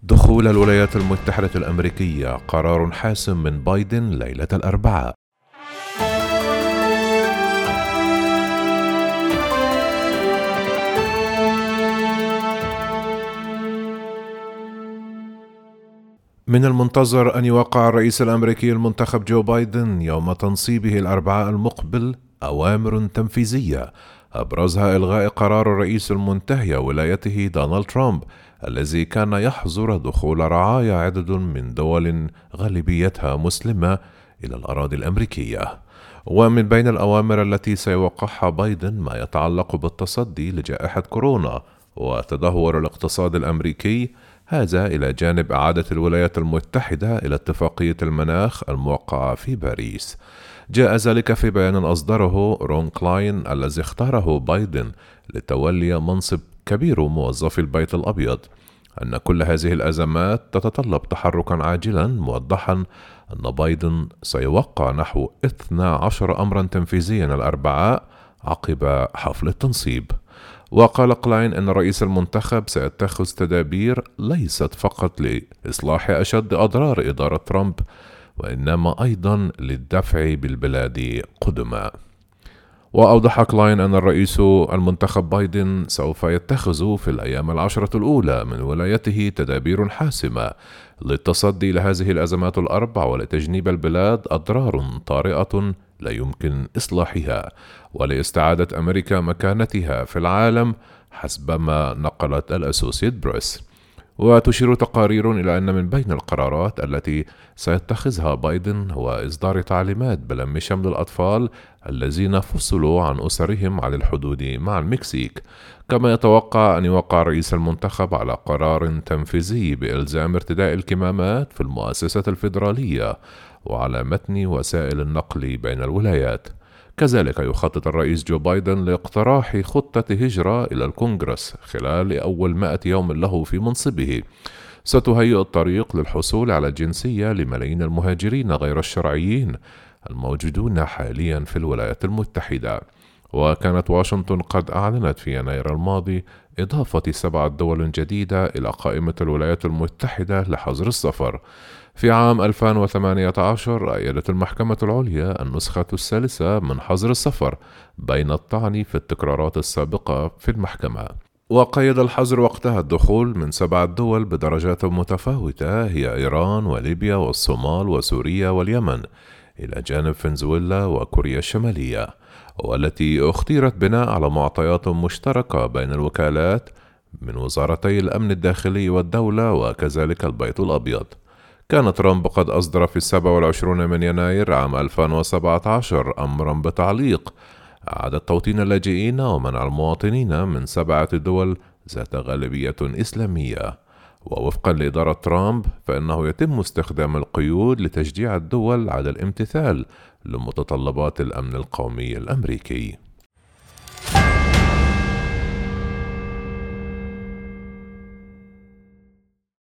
دخول الولايات المتحدة الأمريكية قرار حاسم من بايدن ليلة الأربعاء. من المنتظر أن يوقع الرئيس الأمريكي المنتخب جو بايدن يوم تنصيبه الأربعاء المقبل أوامر تنفيذية أبرزها إلغاء قرار الرئيس المنتهي ولايته دونالد ترامب الذي كان يحظر دخول رعايا عدد من دول غالبيتها مسلمة إلى الأراضي الأمريكية. ومن بين الأوامر التي سيوقعها بايدن ما يتعلق بالتصدي لجائحة كورونا وتدهور الاقتصاد الأمريكي، هذا إلى جانب إعادة الولايات المتحدة إلى اتفاقية المناخ الموقعة في باريس. جاء ذلك في بيان أصدره رون كلاين الذي اختاره بايدن لتولي منصب كبير موظفي البيت الأبيض، أن كل هذه الأزمات تتطلب تحركا عاجلا، موضحا أن بايدن سيوقع نحو 12 أمرا تنفيذيا الأربعاء عقب حفل التنصيب. وقال كلاين أن الرئيس المنتخب سيتخذ تدابير ليست فقط لإصلاح أشد أضرار إدارة ترامب، وإنما أيضا للدفع بالبلاد قدما. وأوضح كلاين أن الرئيس المنتخب بايدن سوف يتخذ في الأيام العشرة الأولى من ولايته تدابير حاسمة للتصدي لهذه الأزمات الأربع ولتجنيب البلاد أضرار طارئة لا يمكن إصلاحها، ولاستعادة أمريكا مكانتها في العالم حسب ما نقلت الأسوسييت بريس. وتشير تقارير إلى أن من بين القرارات التي سيتخذها بايدن هو إصدار تعليمات بلم شمل الأطفال الذين فصلوا عن أسرهم على الحدود مع المكسيك، كما يتوقع أن يوقع رئيس المنتخب على قرار تنفيذي بإلزام ارتداء الكمامات في المؤسسات الفيدرالية وعلى متن وسائل النقل بين الولايات. كذلك يخطط الرئيس جو بايدن لاقتراح خطة هجرة إلى الكونغرس خلال أول 100 يوم له في منصبه ستهيئ الطريق للحصول على الجنسية لملايين المهاجرين غير الشرعيين الموجودون حاليا في الولايات المتحدة. وكانت واشنطن قد أعلنت في يناير الماضي إضافة 7 دول جديدة إلى قائمة الولايات المتحدة لحظر السفر. في عام 2018 أيدت المحكمة العليا النسخة الثالثة من حظر السفر بين الطعن في التكرارات السابقة في المحكمة. وقيد الحظر وقتها الدخول من 7 دول بدرجات متفاوتة هي إيران وليبيا والصومال وسوريا واليمن، إلى جانب فنزويلا وكوريا الشمالية، والتي اختيرت بناء على معطيات مشتركة بين الوكالات من وزارتي الأمن الداخلي والدولة وكذلك البيت الأبيض. كان ترامب قد أصدر في 27 من يناير عام 2017 أمرا بتعليق إعادة توطين اللاجئين ومنع المواطنين من 7 دول ذات غالبية إسلامية. ووفقا لإدارة ترامب فإنه يتم استخدام القيود لتشجيع الدول على الامتثال لمتطلبات الأمن القومي الأمريكي.